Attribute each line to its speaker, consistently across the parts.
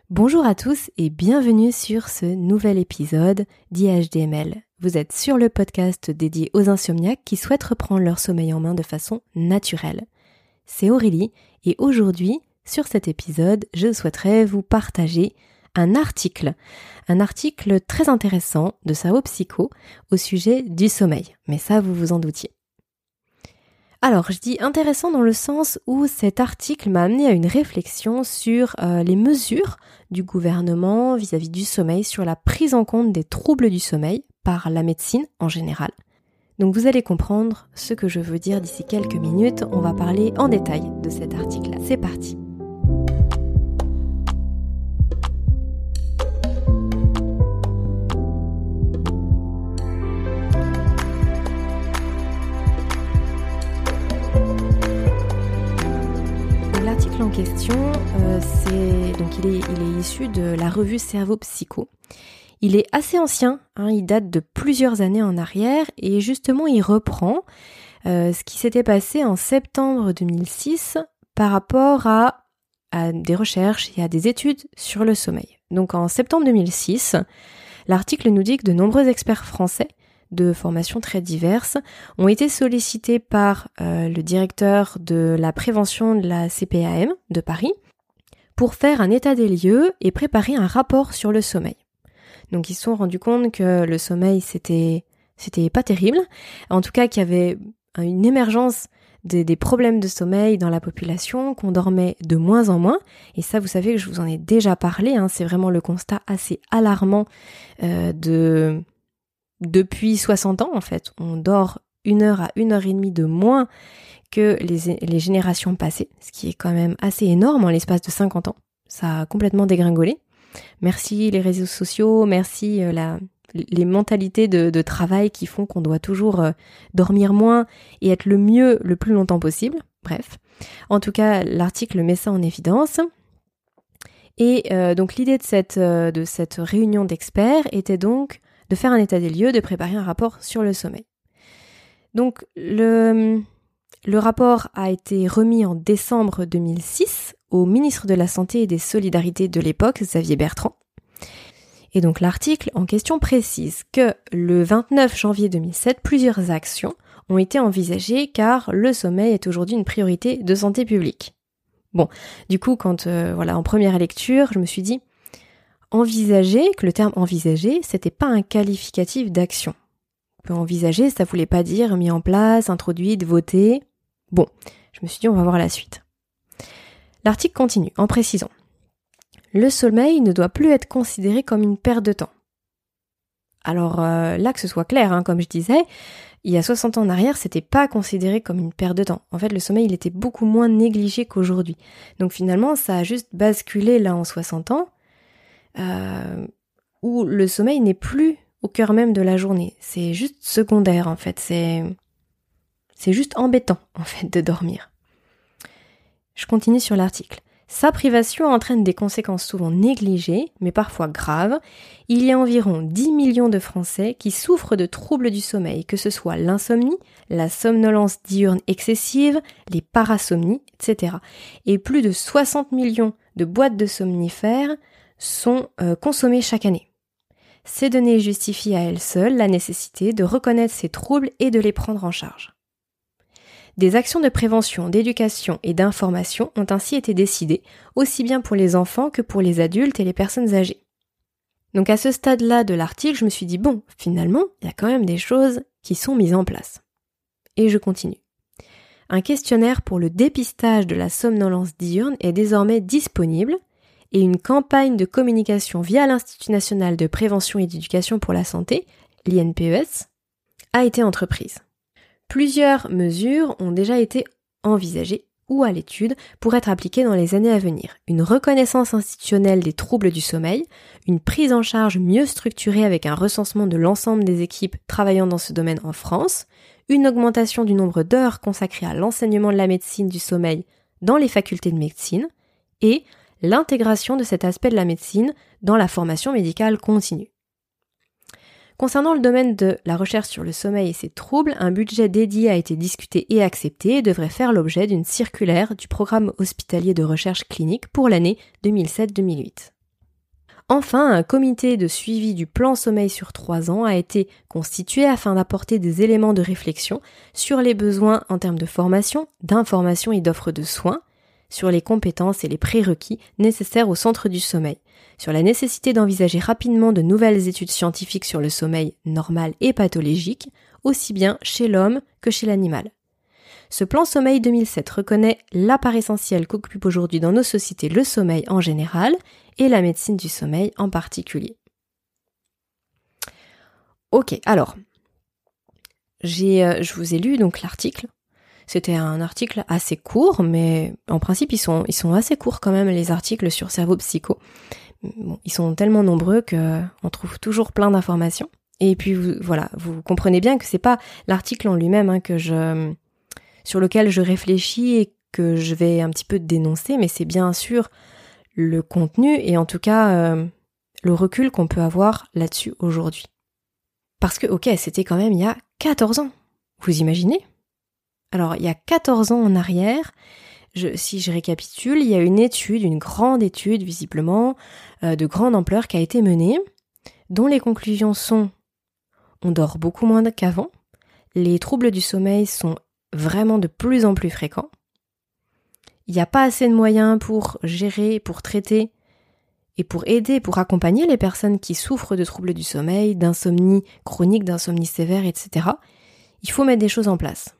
Speaker 1: Bonjour à tous et bienvenue sur ce nouvel épisode d'IHDML. Vous êtes sur le podcast dédié aux insomniaques qui souhaitent reprendre leur sommeil en main de façon naturelle. C'est Aurélie et aujourd'hui, sur cet épisode, je souhaiterais vous partager un article très intéressant de Sao Psycho au sujet du sommeil. Mais ça, vous vous en doutiez. Alors, je dis intéressant dans le sens où cet article m'a amené à une réflexion sur les mesures du gouvernement vis-à-vis du sommeil, sur la prise en compte des troubles du sommeil par la médecine en général. Donc vous allez comprendre ce que je veux dire d'ici quelques minutes. On va parler en détail de cet article-là. C'est parti. L'article en question, il est issu de la revue Cerveau Psycho. Il est assez ancien, il date de plusieurs années en arrière et justement il reprend ce qui s'était passé en septembre 2006 par rapport à des recherches et à des études sur le sommeil. Donc en septembre 2006, l'article nous dit que de nombreux experts français de formations très diverses ont été sollicités par le directeur de la prévention de la CPAM de Paris pour faire un état des lieux et préparer un rapport sur le sommeil. Donc ils se sont rendus compte que le sommeil c'était pas terrible, en tout cas qu'il y avait une émergence des problèmes de sommeil dans la population, qu'on dormait de moins en moins, et ça vous savez que je vous en ai déjà parlé, c'est vraiment le constat assez alarmant depuis 60 ans en fait. On dort 1 heure à 1 heure et demie de moins que les générations passées, ce qui est quand même assez énorme en l'espace de 50 ans. Ça a complètement dégringolé. Merci les réseaux sociaux, merci les mentalités de travail qui font qu'on doit toujours dormir moins et être le plus longtemps possible. Bref, en tout cas, l'article met ça en évidence. Et donc l'idée de cette réunion d'experts était donc de faire un état des lieux, de préparer un rapport sur le sommeil. Donc le rapport a été remis en décembre 2006 au ministre de la Santé et des Solidarités de l'époque, Xavier Bertrand. Et donc l'article en question précise que le 29 janvier 2007, plusieurs actions ont été envisagées car le sommeil est aujourd'hui une priorité de santé publique. Bon, du coup, en première lecture, je me suis dit envisager, que le terme envisager, c'était pas un qualificatif d'action. Envisager, ça voulait pas dire mis en place, introduit, voté. Bon, je me suis dit on va voir la suite. L'article continue en précisant: le sommeil ne doit plus être considéré comme une perte de temps. Alors là, que ce soit clair, comme je disais, il y a 60 ans en arrière, c'était pas considéré comme une perte de temps. En fait, le sommeil, il était beaucoup moins négligé qu'aujourd'hui. Donc finalement, ça a juste basculé là en 60 ans, où le sommeil n'est plus au cœur même de la journée. C'est juste secondaire, en fait. C'est juste embêtant, en fait, de dormir. Je continue sur l'article. Sa privation entraîne des conséquences souvent négligées, mais parfois graves. Il y a environ 10 millions de Français qui souffrent de troubles du sommeil, que ce soit l'insomnie, la somnolence diurne excessive, les parasomnies, etc. Et plus de 60 millions de boîtes de somnifères sont consommées chaque année. Ces données justifient à elles seules la nécessité de reconnaître ces troubles et de les prendre en charge. Des actions de prévention, d'éducation et d'information ont ainsi été décidées, aussi bien pour les enfants que pour les adultes et les personnes âgées. Donc à ce stade-là de l'article, je me suis dit finalement, il y a quand même des choses qui sont mises en place. Et je continue. Un questionnaire pour le dépistage de la somnolence diurne est désormais disponible et une campagne de communication via l'Institut national de prévention et d'éducation pour la santé, l'INPES, a été entreprise. Plusieurs mesures ont déjà été envisagées ou à l'étude pour être appliquées dans les années à venir. Une reconnaissance institutionnelle des troubles du sommeil, une prise en charge mieux structurée avec un recensement de l'ensemble des équipes travaillant dans ce domaine en France, une augmentation du nombre d'heures consacrées à l'enseignement de la médecine du sommeil dans les facultés de médecine et l'intégration de cet aspect de la médecine dans la formation médicale continue. Concernant le domaine de la recherche sur le sommeil et ses troubles, un budget dédié a été discuté et accepté et devrait faire l'objet d'une circulaire du programme hospitalier de recherche clinique pour l'année 2007-2008. Enfin, un comité de suivi du plan sommeil sur 3 ans a été constitué afin d'apporter des éléments de réflexion sur les besoins en termes de formation, d'information et d'offres de soins, sur les compétences et les prérequis nécessaires au centre du sommeil, sur la nécessité d'envisager rapidement de nouvelles études scientifiques sur le sommeil normal et pathologique, aussi bien chez l'homme que chez l'animal. Ce plan sommeil 2007 reconnaît la part essentielle qu'occupe aujourd'hui dans nos sociétés le sommeil en général et la médecine du sommeil en particulier. Ok, alors, je vous ai lu donc l'article. C'était un article assez court, mais en principe ils sont assez courts quand même, les articles sur cerveau psycho. Bon, ils sont tellement nombreux qu'on trouve toujours plein d'informations. Et puis vous comprenez bien que c'est pas l'article en lui-même sur lequel je réfléchis et que je vais un petit peu dénoncer, mais c'est bien sûr le contenu et en tout cas le recul qu'on peut avoir là-dessus aujourd'hui. Parce que, ok, c'était quand même il y a 14 ans. Vous imaginez ? Alors, il y a 14 ans en arrière, si je récapitule, il y a une grande étude visiblement, de grande ampleur qui a été menée, dont les conclusions sont: on dort beaucoup moins qu'avant, les troubles du sommeil sont vraiment de plus en plus fréquents, il n'y a pas assez de moyens pour gérer, pour traiter et pour aider, pour accompagner les personnes qui souffrent de troubles du sommeil, d'insomnie chronique, d'insomnie sévère, etc. Il faut mettre des choses en place.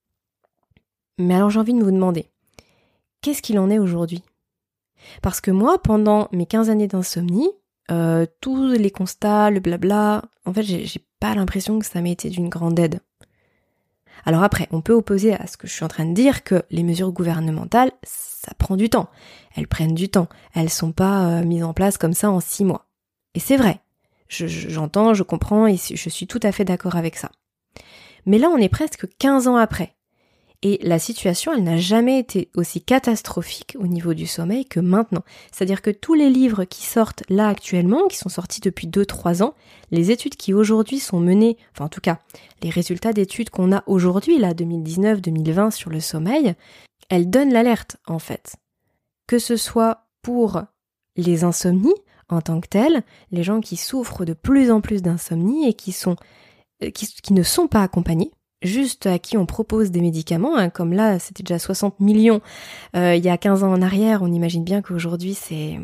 Speaker 1: Mais alors j'ai envie de vous demander, qu'est-ce qu'il en est aujourd'hui ? Parce que moi, pendant mes 15 années d'insomnie, tous les constats, le blabla, en fait, j'ai pas l'impression que ça m'ait été d'une grande aide. Alors après, on peut opposer à ce que je suis en train de dire que les mesures gouvernementales, ça prend du temps. Elles prennent du temps. Elles sont pas mises en place comme ça en 6 mois. Et c'est vrai. J'entends, je comprends et je suis tout à fait d'accord avec ça. Mais là, on est presque 15 ans après. Et la situation, elle n'a jamais été aussi catastrophique au niveau du sommeil que maintenant. C'est-à-dire que tous les livres qui sortent là actuellement, qui sont sortis depuis 2-3 ans, les études qui aujourd'hui sont menées, enfin en tout cas, les résultats d'études qu'on a aujourd'hui, là, 2019-2020 sur le sommeil, elles donnent l'alerte, en fait. Que ce soit pour les insomnies en tant que telles, les gens qui souffrent de plus en plus d'insomnie et qui ne sont pas accompagnés, juste à qui on propose des médicaments, comme là c'était déjà 60 millions il y a 15 ans en arrière, on imagine bien qu'aujourd'hui je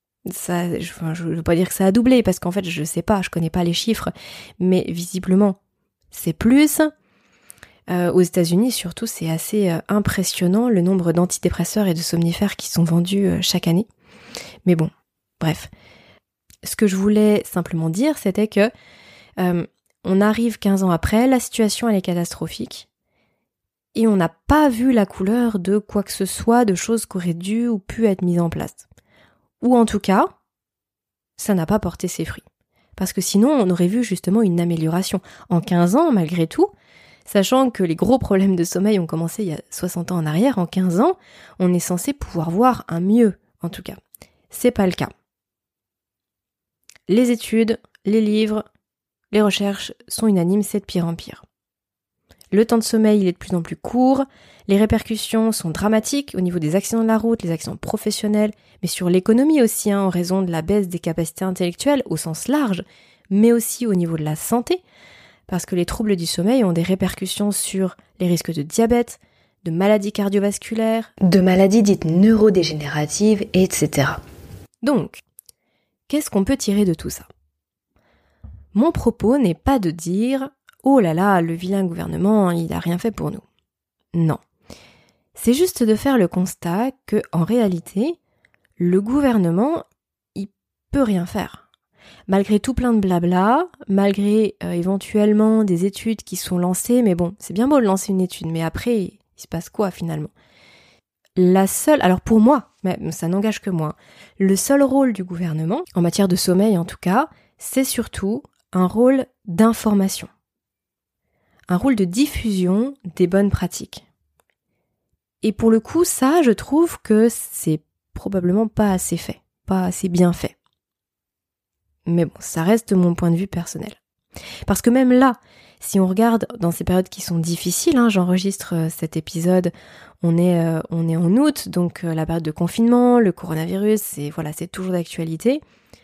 Speaker 1: ne veux pas dire que ça a doublé, parce qu'en fait je sais pas, je connais pas les chiffres, mais visiblement c'est plus. Aux États-Unis surtout, c'est assez impressionnant le nombre d'antidépresseurs et de somnifères qui sont vendus chaque année. Mais bon, bref. Ce que je voulais simplement dire, c'était que on arrive 15 ans après, la situation elle est catastrophique et on n'a pas vu la couleur de quoi que ce soit, de choses qui auraient dû ou pu être mises en place. Ou en tout cas, ça n'a pas porté ses fruits. Parce que sinon, on aurait vu justement une amélioration. En 15 ans, malgré tout, sachant que les gros problèmes de sommeil ont commencé il y a 60 ans en arrière, en 15 ans, on est censé pouvoir voir un mieux, en tout cas. C'est pas le cas. Les études, les livres, les recherches sont unanimes, c'est de pire en pire. Le temps de sommeil, il est de plus en plus court, les répercussions sont dramatiques au niveau des accidents de la route, les accidents professionnels, mais sur l'économie aussi, en raison de la baisse des capacités intellectuelles au sens large, mais aussi au niveau de la santé, parce que les troubles du sommeil ont des répercussions sur les risques de diabète, de maladies cardiovasculaires, de maladies dites neurodégénératives, etc. Donc, qu'est-ce qu'on peut tirer de tout ça ? Mon propos n'est pas de dire « Oh là là, le vilain gouvernement, il n'a rien fait pour nous ». Non. C'est juste de faire le constat que, en réalité, le gouvernement, il peut rien faire. Malgré tout plein de blabla, malgré éventuellement des études qui sont lancées, mais bon, c'est bien beau de lancer une étude, mais après, il se passe quoi finalement ? Alors pour moi, mais ça n'engage que moi, le seul rôle du gouvernement, en matière de sommeil en tout cas, c'est surtout un rôle d'information, un rôle de diffusion des bonnes pratiques. Et pour le coup, ça, je trouve que c'est probablement pas assez fait, pas assez bien fait. Mais bon, ça reste mon point de vue personnel. Parce que même là, si on regarde dans ces périodes qui sont difficiles, j'enregistre cet épisode, on est en août, donc la période de confinement, le coronavirus, c'est toujours d'actualité.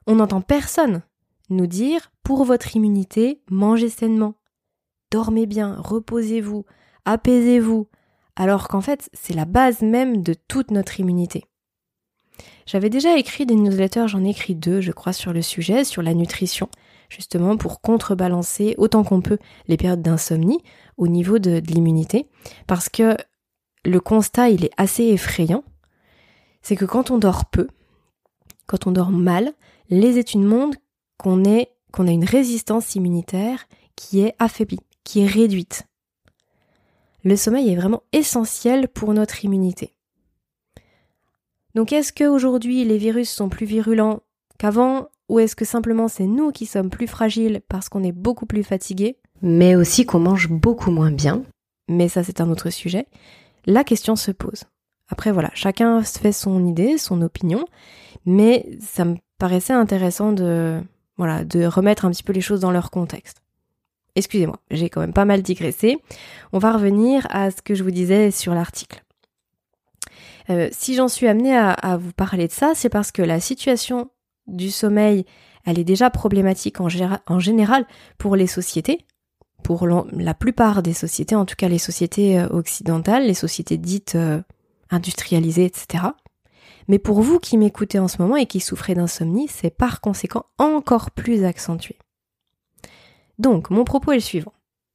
Speaker 1: On n'entend personne nous dire « pour votre immunité, mangez sainement, dormez bien, reposez-vous, apaisez-vous », alors qu'en fait, c'est la base même de toute notre immunité. J'avais déjà écrit des newsletters, j'en ai écrit 2, je crois, sur le sujet, sur la nutrition, justement pour contrebalancer autant qu'on peut les périodes d'insomnie au niveau de l'immunité, parce que le constat, il est assez effrayant, c'est que quand on dort peu, quand on dort mal, les études montrent qu'on a une résistance immunitaire qui est affaiblie, qui est réduite. Le sommeil est vraiment essentiel pour notre immunité. Donc est-ce qu'aujourd'hui les virus sont plus virulents qu'avant, ou est-ce que simplement c'est nous qui sommes plus fragiles parce qu'on est beaucoup plus fatigués, mais aussi qu'on mange beaucoup moins bien, mais ça c'est un autre sujet, la question se pose. Après voilà, chacun se fait son idée, son opinion, mais ça me paraissait intéressant de remettre un petit peu les choses dans leur contexte. Excusez-moi, j'ai quand même pas mal digressé. On va revenir à ce que je vous disais sur l'article. Si j'en suis amenée à vous parler de ça, c'est parce que la situation du sommeil, elle est déjà problématique en général pour les sociétés, pour la plupart des sociétés, en tout cas les sociétés occidentales, les sociétés dites industrialisées, etc. Mais pour vous qui m'écoutez en ce moment et qui souffrez d'insomnie, c'est par conséquent encore plus accentué. Donc, mon propos est le suivant.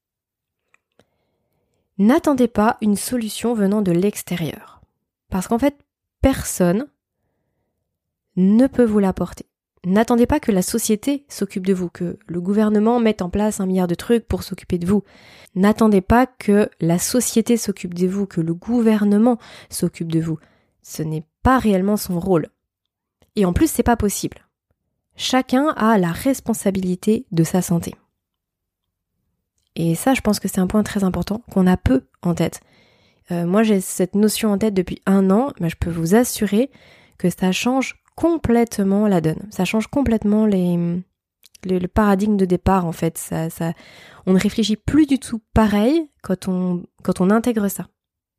Speaker 1: N'attendez pas une solution venant de l'extérieur. Parce qu'en fait, personne ne peut vous l'apporter. N'attendez pas que la société s'occupe de vous, que le gouvernement mette en place 1 milliard de trucs pour s'occuper de vous. N'attendez pas que la société s'occupe de vous, que le gouvernement s'occupe de vous. Ce n'est pas réellement son rôle. Et en plus, c'est pas possible. Chacun a la responsabilité de sa santé. Et ça, je pense que c'est un point très important qu'on a peu en tête. Moi, j'ai cette notion en tête depuis 1 an, mais je peux vous assurer que ça change complètement la donne. Ça change complètement le paradigme de départ, en fait. On ne réfléchit plus du tout pareil quand on intègre ça.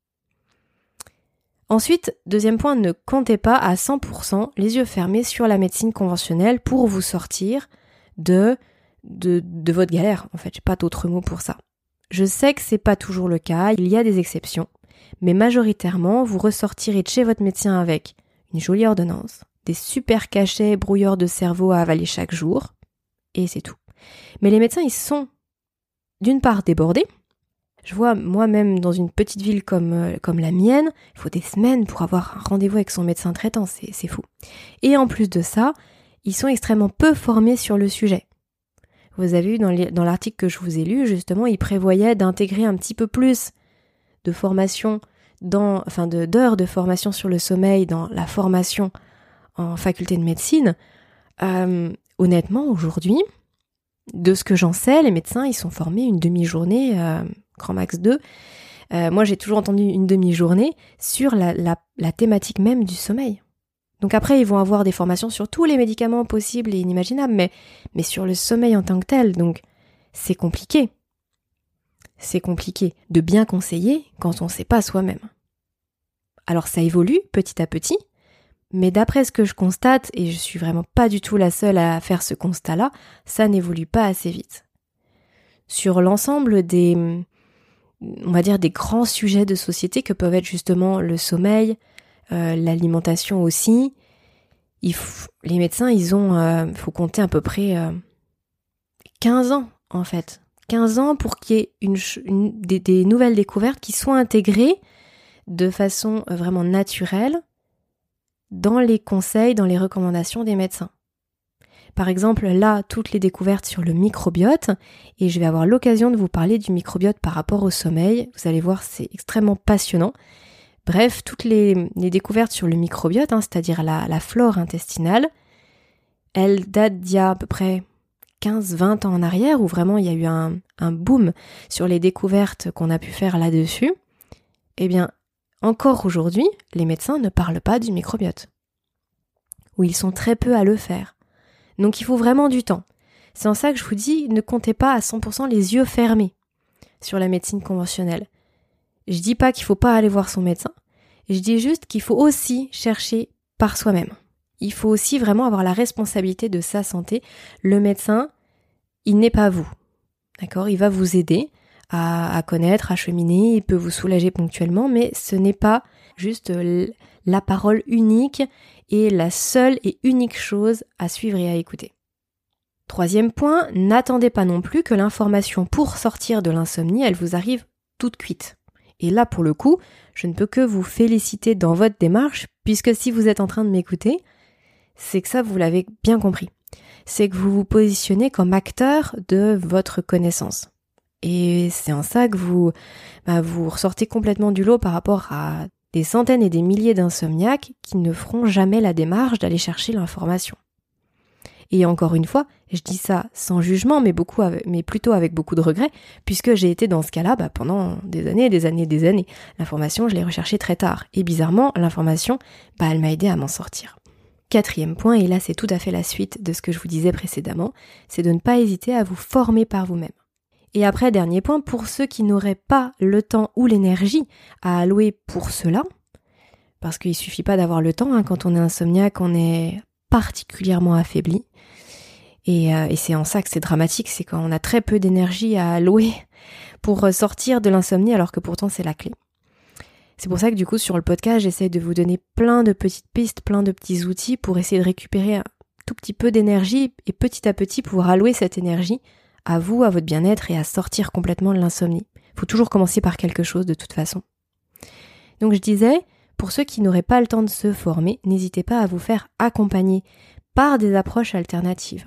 Speaker 1: Ensuite, deuxième point, ne comptez pas à 100% les yeux fermés sur la médecine conventionnelle pour vous sortir de votre galère. En fait, j'ai pas d'autre mot pour ça. Je sais que c'est pas toujours le cas, il y a des exceptions, mais majoritairement, vous ressortirez de chez votre médecin avec une jolie ordonnance, des super cachets brouilleurs de cerveau à avaler chaque jour, et c'est tout. Mais les médecins, ils sont d'une part débordés. Je vois moi-même dans une petite ville comme la mienne, il faut des semaines pour avoir un rendez-vous avec son médecin traitant, c'est fou. Et en plus de ça, ils sont extrêmement peu formés sur le sujet. Vous avez vu dans l'article que je vous ai lu, justement, il prévoyait d'intégrer un petit peu plus de formation d'heures de formation sur le sommeil dans la formation en faculté de médecine. Honnêtement, aujourd'hui, de ce que j'en sais, les médecins, ils sont formés une demi-journée, grand max 2. Moi, j'ai toujours entendu une demi-journée sur la thématique même du sommeil. Donc après, ils vont avoir des formations sur tous les médicaments possibles et inimaginables, mais sur le sommeil en tant que tel. Donc, c'est compliqué. C'est compliqué de bien conseiller quand on ne sait pas soi-même. Alors, ça évolue petit à petit, mais d'après ce que je constate, et je suis vraiment pas du tout la seule à faire ce constat-là, ça n'évolue pas assez vite. Sur l'ensemble des grands sujets de société que peuvent être justement le sommeil, l'alimentation aussi, les médecins, faut compter à peu près 15 ans en fait. 15 ans pour qu'il y ait des nouvelles découvertes qui soient intégrées de façon vraiment naturelle dans les conseils, dans les recommandations des médecins. Par exemple, là, toutes les découvertes sur le microbiote, et je vais avoir l'occasion de vous parler du microbiote par rapport au sommeil, vous allez voir, c'est extrêmement passionnant. Bref, toutes les découvertes sur le microbiote, c'est-à-dire la flore intestinale, elles datent d'il y a à peu près 15-20 ans en arrière, où vraiment il y a eu un boom sur les découvertes qu'on a pu faire là-dessus. Eh bien, encore aujourd'hui, les médecins ne parlent pas du microbiote. Ou ils sont très peu à le faire. Donc il faut vraiment du temps. C'est en ça que je vous dis, ne comptez pas à 100% les yeux fermés sur la médecine conventionnelle. Je dis pas qu'il faut pas aller voir son médecin, je dis juste qu'il faut aussi chercher par soi-même. il faut aussi vraiment avoir la responsabilité de sa santé. Le médecin, il n'est pas vous. D'accord ? Il va vous aider à connaître, à cheminer, il peut vous soulager ponctuellement, mais ce n'est pas juste la parole unique et la seule et unique chose à suivre et à écouter. Troisième point, n'attendez pas non plus que l'information pour sortir de l'insomnie, elle vous arrive toute cuite. Et là, pour le coup, je ne peux que vous féliciter dans votre démarche, puisque si vous êtes en train de m'écouter, c'est que ça, vous l'avez bien compris. C'est que vous vous positionnez comme acteur de votre connaissance. Et c'est en ça que vous ressortez complètement du lot par rapport à des centaines et des milliers d'insomniaques qui ne feront jamais la démarche d'aller chercher l'information. Et encore une fois, je dis ça sans jugement, mais plutôt avec beaucoup de regret, puisque j'ai été dans ce cas-là pendant des années et des années et des années. L'information, je l'ai recherchée très tard. Et bizarrement, l'information, elle m'a aidé à m'en sortir. Quatrième point, et là c'est tout à fait la suite de ce que je vous disais précédemment, c'est de ne pas hésiter à vous former par vous-même. Et après, dernier point, pour ceux qui n'auraient pas le temps ou l'énergie à allouer pour cela, parce qu'il suffit pas d'avoir le temps, quand on est insomniaque, on est particulièrement affaibli. Et c'est en ça que c'est dramatique, c'est quand on a très peu d'énergie à allouer pour sortir de l'insomnie, alors que pourtant c'est la clé. C'est pour ça que du coup sur le podcast, j'essaie de vous donner plein de petites pistes, plein de petits outils pour essayer de récupérer un tout petit peu d'énergie et petit à petit pouvoir allouer cette énergie à vous, à votre bien-être et à sortir complètement de l'insomnie. Il faut toujours commencer par quelque chose de toute façon. Donc je disais, pour ceux qui n'auraient pas le temps de se former, n'hésitez pas à vous faire accompagner par des approches alternatives.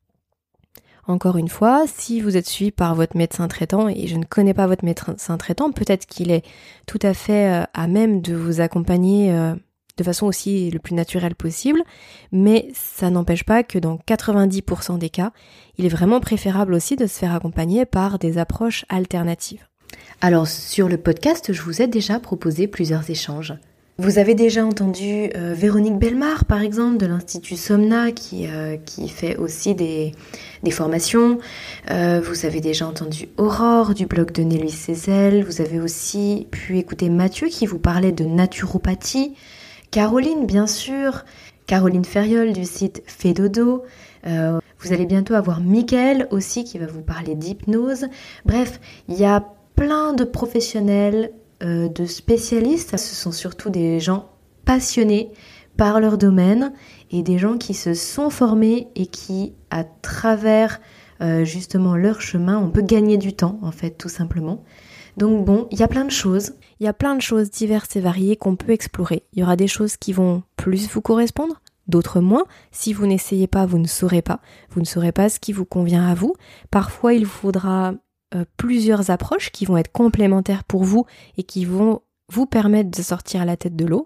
Speaker 1: Encore une fois, si vous êtes suivi par votre médecin traitant, et je ne connais pas votre médecin traitant, peut-être qu'il est tout à fait à même de vous accompagner de façon aussi le plus naturelle possible, mais ça n'empêche pas que dans 90% des cas, il est vraiment préférable aussi de se faire accompagner par des approches alternatives. Alors sur le podcast, je vous ai déjà proposé plusieurs échanges. Vous avez déjà entendu Véronique Bellemare, par exemple, de l'Institut Somna, qui fait aussi des formations. Vous avez déjà entendu Aurore, du blog de Nelly Cézel. Vous avez aussi pu écouter Mathieu, qui vous parlait de naturopathie. Caroline, bien sûr. Caroline Ferriol, du site Fedodo. Vous allez bientôt avoir Mickaël aussi, qui va vous parler d'hypnose. Bref, il y a plein de professionnels, de spécialistes. Ce sont surtout des gens passionnés par leur domaine et des gens qui se sont formés et qui, à travers justement leur chemin, on peut gagner du temps, en fait, tout simplement. Donc bon, il y a plein de choses. Il y a plein de choses diverses et variées qu'on peut explorer. Il y aura des choses qui vont plus vous correspondre, d'autres moins. Si vous n'essayez pas, vous ne saurez pas. Vous ne saurez pas ce qui vous convient à vous. Parfois, il vous faudra plusieurs approches qui vont être complémentaires pour vous et qui vont vous permettre de sortir la tête de l'eau.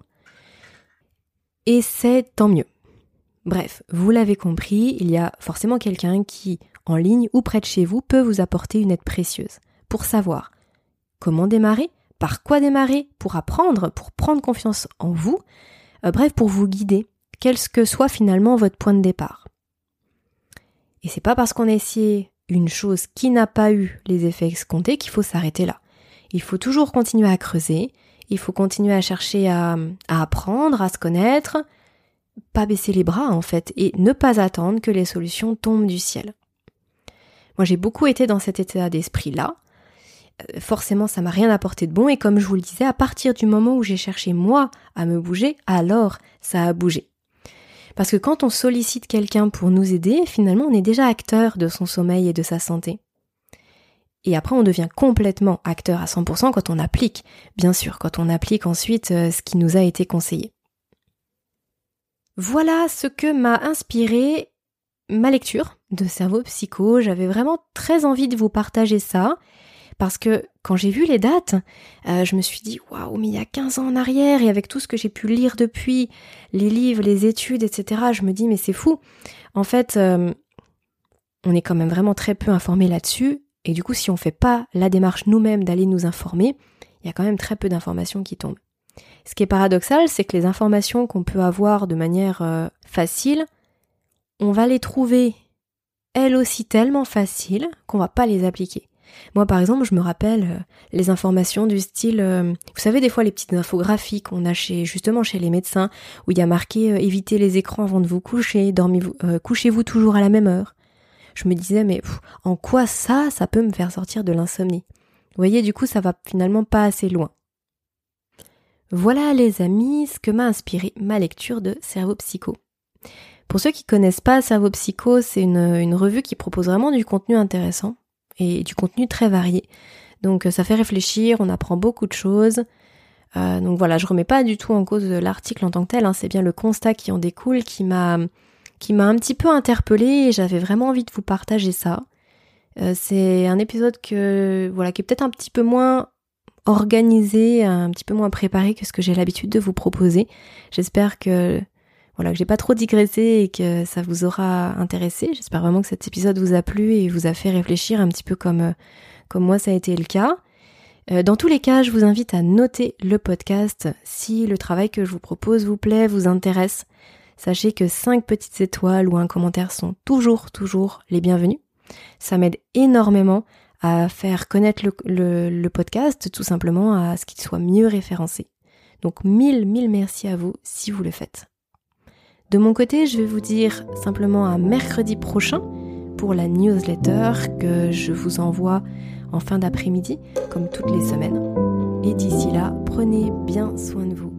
Speaker 1: Et c'est tant mieux. Bref, vous l'avez compris, il y a forcément quelqu'un qui, en ligne ou près de chez vous, peut vous apporter une aide précieuse pour savoir comment démarrer, par quoi démarrer, pour apprendre, pour prendre confiance en vous, bref, pour vous guider, quel que soit finalement votre point de départ. Et c'est pas parce qu'on a essayé une chose qui n'a pas eu les effets escomptés qu'il faut s'arrêter là. Il faut toujours continuer à creuser, il faut continuer à chercher à apprendre, à se connaître, pas baisser les bras en fait, et ne pas attendre que les solutions tombent du ciel. Moi j'ai beaucoup été dans cet état d'esprit-là, forcément ça m'a rien apporté de bon, et comme je vous le disais, à partir du moment où j'ai cherché moi à me bouger, alors ça a bougé. Parce que quand on sollicite quelqu'un pour nous aider, finalement on est déjà acteur de son sommeil et de sa santé. Et après on devient complètement acteur à 100% quand on applique, bien sûr, quand on applique ensuite ce qui nous a été conseillé. Voilà ce que m'a inspiré ma lecture de Cerveau Psycho. J'avais vraiment très envie de vous partager ça. Parce que quand j'ai vu les dates, je me suis dit « Waouh, mais il y a 15 ans en arrière, et avec tout ce que j'ai pu lire depuis, les livres, les études, etc. » Je me dis « Mais c'est fou !» En fait, on est quand même vraiment très peu informés là-dessus, et du coup, si on fait pas la démarche nous-mêmes d'aller nous informer, il y a quand même très peu d'informations qui tombent. Ce qui est paradoxal, c'est que les informations qu'on peut avoir de manière facile, on va les trouver elles aussi tellement faciles qu'on va pas les appliquer. Moi par exemple, je me rappelle les informations du style, vous savez des fois les petites infographies qu'on a justement chez les médecins, où il y a marqué évitez les écrans avant de vous coucher, couchez-vous toujours à la même heure. Je me disais mais en quoi ça peut me faire sortir de l'insomnie? Vous voyez, du coup ça va finalement pas assez loin. Voilà les amis, ce que m'a inspiré ma lecture de Cerveau Psycho. Pour ceux qui connaissent pas Cerveau Psycho, c'est une revue qui propose vraiment du contenu intéressant et du contenu très varié. Donc ça fait réfléchir, on apprend beaucoup de choses. Donc voilà, je remets pas du tout en cause l'article en tant que tel, hein, c'est bien le constat qui en découle qui m'a un petit peu interpellée et j'avais vraiment envie de vous partager ça. C'est un épisode qui est peut-être un petit peu moins organisé, un petit peu moins préparé que ce que j'ai l'habitude de vous proposer. J'espère que j'ai pas trop digressé et que ça vous aura intéressé. J'espère vraiment que cet épisode vous a plu et vous a fait réfléchir un petit peu comme moi ça a été le cas. Dans tous les cas, je vous invite à noter le podcast si le travail que je vous propose vous plaît, vous intéresse. Sachez que 5 petites étoiles ou un commentaire sont toujours les bienvenus. Ça m'aide énormément à faire connaître le podcast, tout simplement à ce qu'il soit mieux référencé. Donc mille merci à vous si vous le faites. De mon côté, je vais vous dire simplement à mercredi prochain pour la newsletter que je vous envoie en fin d'après-midi, comme toutes les semaines. Et d'ici là, prenez bien soin de vous.